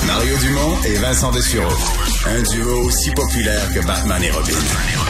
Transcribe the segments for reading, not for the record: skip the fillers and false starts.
Mario Dumont et Vincent Dessureau. Un duo aussi populaire que Batman et Robin.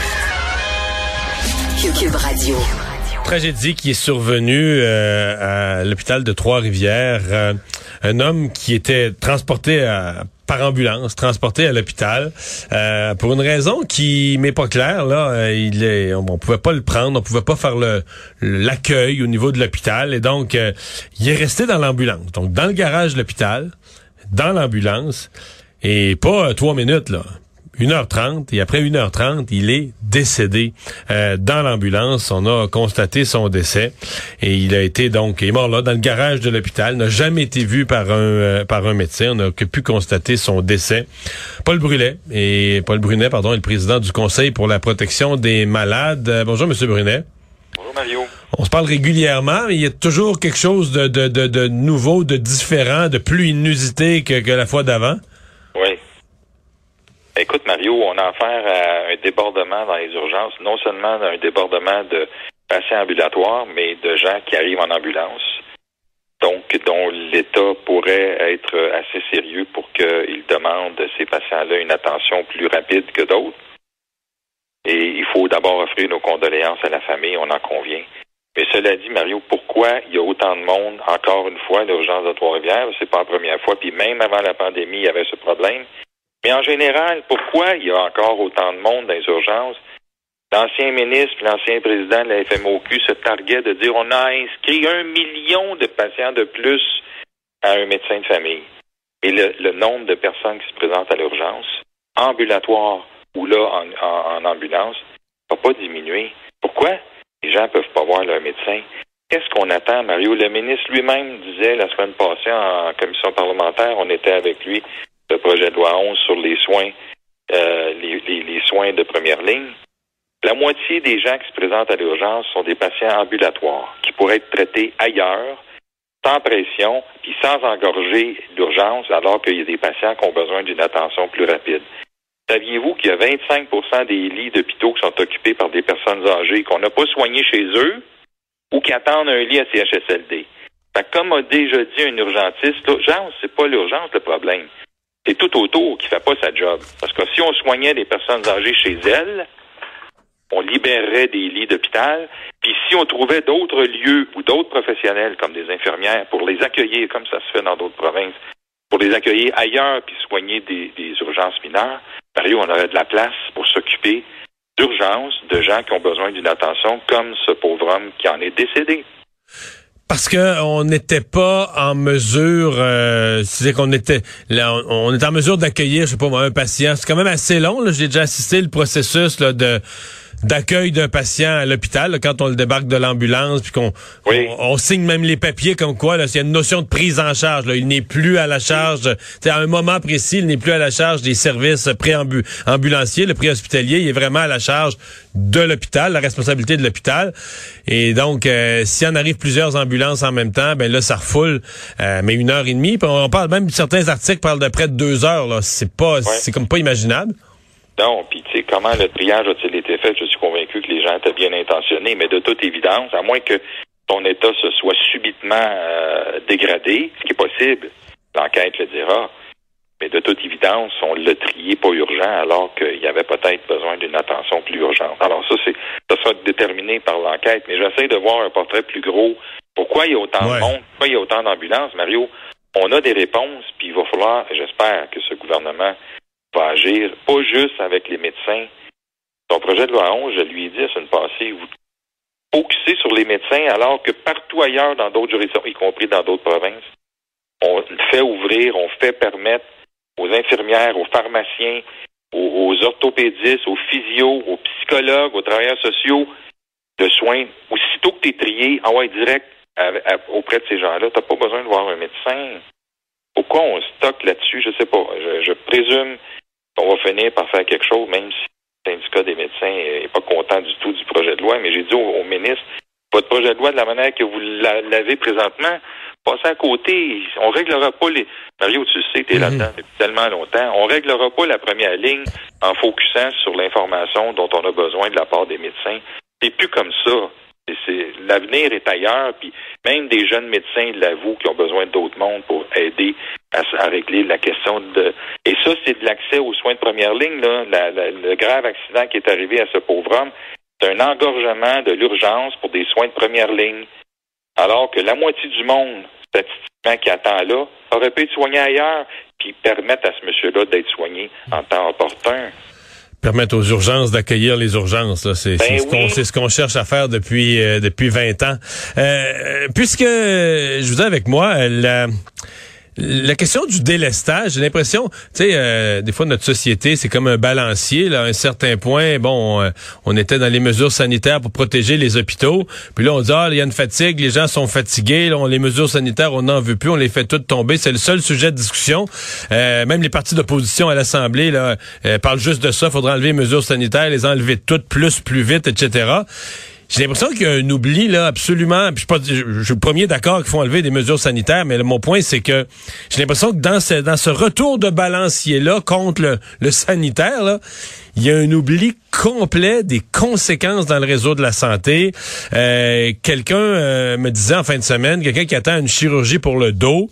Cube Radio. Tragédie qui est survenue à l'hôpital de Trois-Rivières. Un homme qui était transporté par ambulance, transporté à l'hôpital pour une raison qui m'est pas claire. Là, on pouvait pas le prendre, on pouvait pas faire l'accueil au niveau de l'hôpital, et donc il est resté dans l'ambulance. Donc dans le garage de l'hôpital, dans l'ambulance, et pas 3 minutes là. 1h30, et après 1h30, il est décédé dans l'ambulance. On a constaté son décès, et il est mort là, dans le garage de l'hôpital, n'a jamais été vu par un médecin. On a pu constater son décès. Paul Brunet est le président du Conseil pour la protection des malades. Bonjour, Monsieur Brunet. Bonjour, Mario. On se parle régulièrement, mais il y a toujours quelque chose de nouveau, de différent, de plus inusité que la fois d'avant. Oui. Écoute, Mario, on a affaire à un débordement dans les urgences, non seulement un débordement de patients ambulatoires, mais de gens qui arrivent en ambulance, donc dont l'État pourrait être assez sérieux pour qu'il demande à ces patients-là une attention plus rapide que d'autres. Et il faut d'abord offrir nos condoléances à la famille, on en convient. Mais cela dit, Mario, pourquoi il y a autant de monde, encore une fois, à l'urgence de Trois-Rivières? C'est pas la première fois, puis même avant la pandémie, il y avait ce problème. Mais en général, pourquoi il y a encore autant de monde dans les urgences? L'ancien ministre, l'ancien président de la FMOQ se targuait de dire on a inscrit 1 million de patients de plus à un médecin de famille. Et le nombre de personnes qui se présentent à l'urgence, ambulatoire ou là en ambulance, n'a pas diminué. Pourquoi? Les gens ne peuvent pas voir leur médecin. Qu'est-ce qu'on attend, Mario? Le ministre lui-même disait la semaine passée en commission parlementaire, on était avec lui, le projet de loi 11 sur les soins, les soins de première ligne. La moitié des gens qui se présentent à l'urgence sont des patients ambulatoires qui pourraient être traités ailleurs, sans pression, puis sans engorger l'urgence, alors qu'il y a des patients qui ont besoin d'une attention plus rapide. Saviez-vous qu'il y a 25% des lits d'hôpitaux qui sont occupés par des personnes âgées qu'on n'a pas soignées chez eux ou qui attendent un lit à CHSLD? Fait que comme a déjà dit un urgentiste, l'urgence, c'est pas l'urgence le problème. C'est tout autour qui fait pas sa job. Parce que si on soignait les personnes âgées chez elles, on libérerait des lits d'hôpital. Puis si on trouvait d'autres lieux ou d'autres professionnels, comme des infirmières, pour les accueillir, comme ça se fait dans d'autres provinces, pour les accueillir ailleurs puis soigner des urgences mineures, Mario, on aurait de la place pour s'occuper d'urgences de gens qui ont besoin d'une attention, comme ce pauvre homme qui en est décédé. Parce que on n'était pas en mesure, c'est qu'on était là, on était en mesure d'accueillir, je sais pas moi, un patient. C'est quand même assez long. Là, j'ai déjà assisté le processus là, d'accueil d'un patient à l'hôpital là, quand on le débarque de l'ambulance, puis on signe même les papiers comme quoi là, il y a une notion de prise en charge. Là, il n'est plus à la charge, à un moment précis, il n'est plus à la charge des services ambulanciers, le préhospitalier, il est vraiment à la charge de l'hôpital, la responsabilité de l'hôpital. Et donc, s'il y en arrive plusieurs ambulances en même temps, ben là, ça refoule, mais 1h30. On parle même, certains articles parlent de près de 2 heures. Là, c'est comme pas imaginable. Non, puis tu sais, comment le triage a-t-il été fait? Je suis convaincu que les gens étaient bien intentionnés, mais de toute évidence, à moins que ton état se soit subitement dégradé, ce qui est possible, l'enquête le dira, mais de toute évidence, on l'a trié pas urgent alors qu'il y avait peut-être besoin d'une attention plus urgente. Alors ça sera déterminé par l'enquête, mais j'essaie de voir un portrait plus gros. Pourquoi il y a autant de monde? Pourquoi il y a autant d'ambulances? Mario, on a des réponses, puis il va falloir, j'espère que ce gouvernement va agir, pas juste avec les médecins. Son projet de loi 11, je lui ai dit la semaine passée, vous focussez sur les médecins alors que partout ailleurs dans d'autres juridictions, y compris dans d'autres provinces, on fait ouvrir, on fait permettre aux infirmières, aux pharmaciens, aux orthopédistes, aux physios, aux psychologues, aux travailleurs sociaux de soins. Aussitôt que tu es trié, direct auprès de ces gens-là, tu n'as pas besoin de voir un médecin. Pourquoi on stocke là-dessus? Je sais pas. Je présume qu'on va finir par faire quelque chose, même si le syndicat des médecins n'est pas content du tout du projet de loi. Mais j'ai dit au ministre, votre projet de loi, de la manière que vous l'avez présentement, passez à côté. On réglera pas les... Mario, tu le sais, tu es là-dedans depuis tellement longtemps. On réglera pas la première ligne en focusant sur l'information dont on a besoin de la part des médecins. C'est plus comme ça. L'avenir est ailleurs, puis même des jeunes médecins l'avouent qui ont besoin d'autres mondes pour aider à régler la question de... Et ça, c'est de l'accès aux soins de première ligne, là. Le grave accident qui est arrivé à ce pauvre homme, c'est un engorgement de l'urgence pour des soins de première ligne. Alors que la moitié du monde, statistiquement, qui attend là, aurait pu être soigné ailleurs, puis permettre à ce monsieur-là d'être soigné en temps opportun. Permettre aux urgences d'accueillir les urgences, là. C'est ce qu'on cherche à faire depuis 20 ans. Puisque je vous ai avec moi la question du délestage, j'ai l'impression, tu sais, des fois notre société, c'est comme un balancier. Là, à un certain point, bon, on était dans les mesures sanitaires pour protéger les hôpitaux. Puis là, on dit, il y a une fatigue, les gens sont fatigués. Là, les mesures sanitaires, on n'en veut plus, on les fait toutes tomber. C'est le seul sujet de discussion. Même les partis d'opposition à l'Assemblée là parlent juste de ça. Faudra enlever les mesures sanitaires, les enlever toutes, plus vite, etc. J'ai l'impression qu'il y a un oubli, là, absolument. Puis je suis le premier d'accord qu'il faut enlever des mesures sanitaires, mais mon point, c'est que j'ai l'impression que dans ce retour de balancier-là contre le sanitaire, là, il y a un oubli complet des conséquences dans le réseau de la santé. Quelqu'un me disait en fin de semaine, quelqu'un qui attend une chirurgie pour le dos,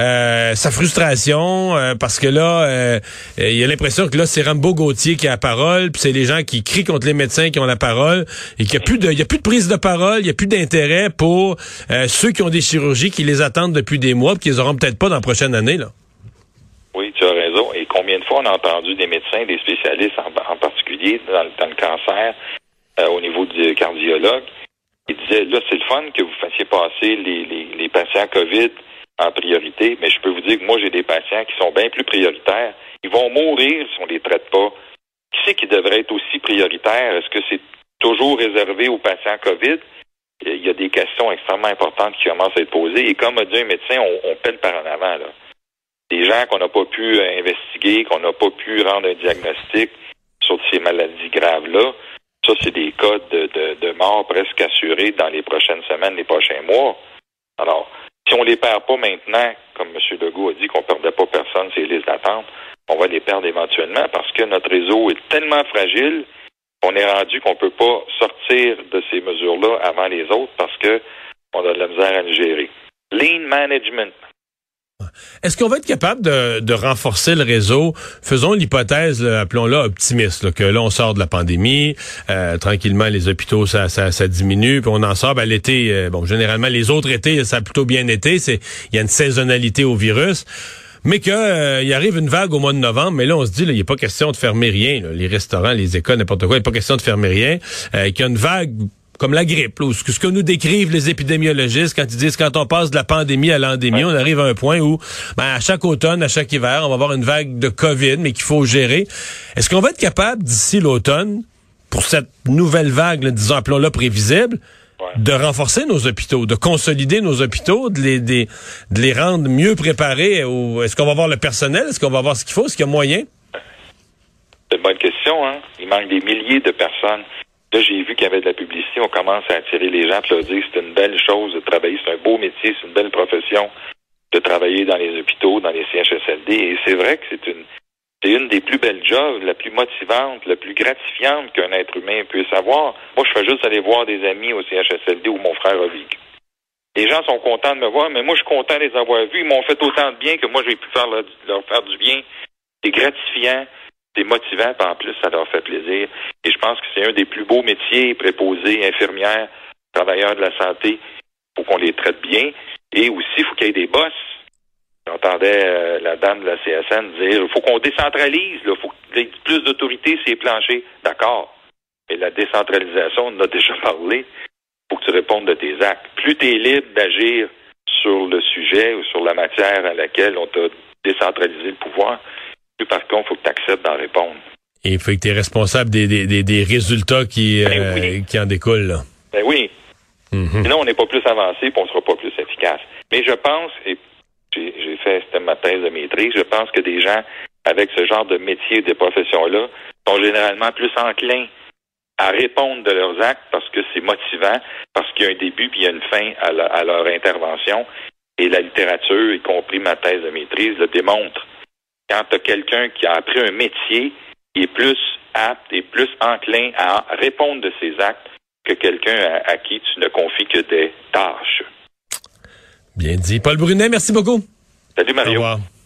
sa frustration, parce que là, il a l'impression que là, c'est Rambo Gauthier qui a la parole, puis c'est les gens qui crient contre les médecins qui ont la parole, et qu'il y a plus de prise de parole, il y a plus d'intérêt pour ceux qui ont des chirurgies qui les attendent depuis des mois, puis qu'ils auront peut-être pas dans la prochaine année, là. Oui, tu as raison. Et combien de fois on a entendu des médecins, des spécialistes en particulier dans le cancer, au niveau du cardiologue, qui disaient, là, c'est le fun que vous fassiez passer les patients COVID en priorité, mais je peux vous dire que moi, j'ai des patients qui sont bien plus prioritaires. Ils vont mourir si on les traite pas. Qui c'est qui devrait être aussi prioritaire? Est-ce que c'est toujours réservé aux patients COVID? Il y a des questions extrêmement importantes qui commencent à être posées. Et comme a dit un médecin, on pèle par en avant, là. Des gens qu'on n'a pas pu investiguer, qu'on n'a pas pu rendre un diagnostic sur ces maladies graves-là, ça, c'est des cas de mort presque assurés dans les prochaines semaines, les prochains mois. Alors, si on les perd pas maintenant, comme M. Legault a dit qu'on perdait pas personne sur les listes d'attente, on va les perdre éventuellement parce que notre réseau est tellement fragile qu'on est rendu qu'on peut pas sortir de ces mesures-là avant les autres parce que on a de la misère à le gérer. Lean management. Est-ce qu'on va être capable de renforcer le réseau? Faisons l'hypothèse, là, appelons-la optimiste, là, que là, on sort de la pandémie, tranquillement, les hôpitaux, ça diminue, puis on en sort. L'été, généralement, les autres étés, ça a plutôt bien été. Il y a une saisonnalité au virus. Mais que il arrive une vague au mois de novembre, mais là, on se dit, il n'y a pas question de fermer rien. Là, les restaurants, les écoles, n'importe quoi, il n'y a pas question de fermer rien. Qu'il y a une vague comme la grippe, là, ce que nous décrivent les épidémiologistes quand ils disent quand on passe de la pandémie à l'endémie, on arrive à un point où à chaque automne, à chaque hiver, on va avoir une vague de COVID, mais qu'il faut gérer. Est-ce qu'on va être capable, d'ici l'automne, pour cette nouvelle vague, là, disons, appelons-la prévisible, de renforcer nos hôpitaux, de consolider nos hôpitaux, de les rendre mieux préparés? Est-ce qu'on va avoir le personnel? Est-ce qu'on va avoir ce qu'il faut? Est-ce qu'il y a moyen? C'est une bonne question, hein? Il manque des milliers de personnes. Là, j'ai vu qu'il y avait de la publicité. On commence à attirer les gens, puis leur dire c'est une belle chose de travailler, c'est un beau métier, c'est une belle profession de travailler dans les hôpitaux, dans les CHSLD. Et c'est vrai que c'est une des plus belles jobs, la plus motivante, la plus gratifiante qu'un être humain puisse avoir. Moi, je fais juste aller voir des amis au CHSLD où mon frère a vécu. Les gens sont contents de me voir, mais moi, je suis content de les avoir vus. Ils m'ont fait autant de bien que moi, j'ai pu leur faire du bien. C'est gratifiant. C'est motivant, puis en plus, ça leur fait plaisir. Et je pense que c'est un des plus beaux métiers, préposés, infirmières, travailleurs de la santé. Il faut qu'on les traite bien. Et aussi, il faut qu'il y ait des boss. J'entendais la dame de la CSN dire il faut qu'on décentralise, il faut qu'il y ait plus d'autorité sur les planchers. D'accord. Mais la décentralisation, on en a déjà parlé. Il faut que tu répondes de tes actes. Plus tu es libre d'agir sur le sujet ou sur la matière à laquelle on t'a décentralisé le pouvoir, plus par contre, il faut que tu acceptes d'en répondre. Et il faut que tu es responsable des résultats qui en découlent. Là. Ben oui. Mm-hmm. Sinon, on n'est pas plus avancé et on ne sera pas plus efficace. Mais je pense, et c'était ma thèse de maîtrise, je pense que des gens avec ce genre de métier et de profession-là sont généralement plus enclins à répondre de leurs actes parce que c'est motivant, parce qu'il y a un début puis il y a une fin à leur intervention. Et la littérature, y compris ma thèse de maîtrise, le démontre. Quand tu as quelqu'un qui a appris un métier, il est plus apte et plus enclin à répondre de ses actes que quelqu'un à qui tu ne confies que des tâches. Bien dit. Paul Brunet, merci beaucoup. Salut Mario. Au revoir.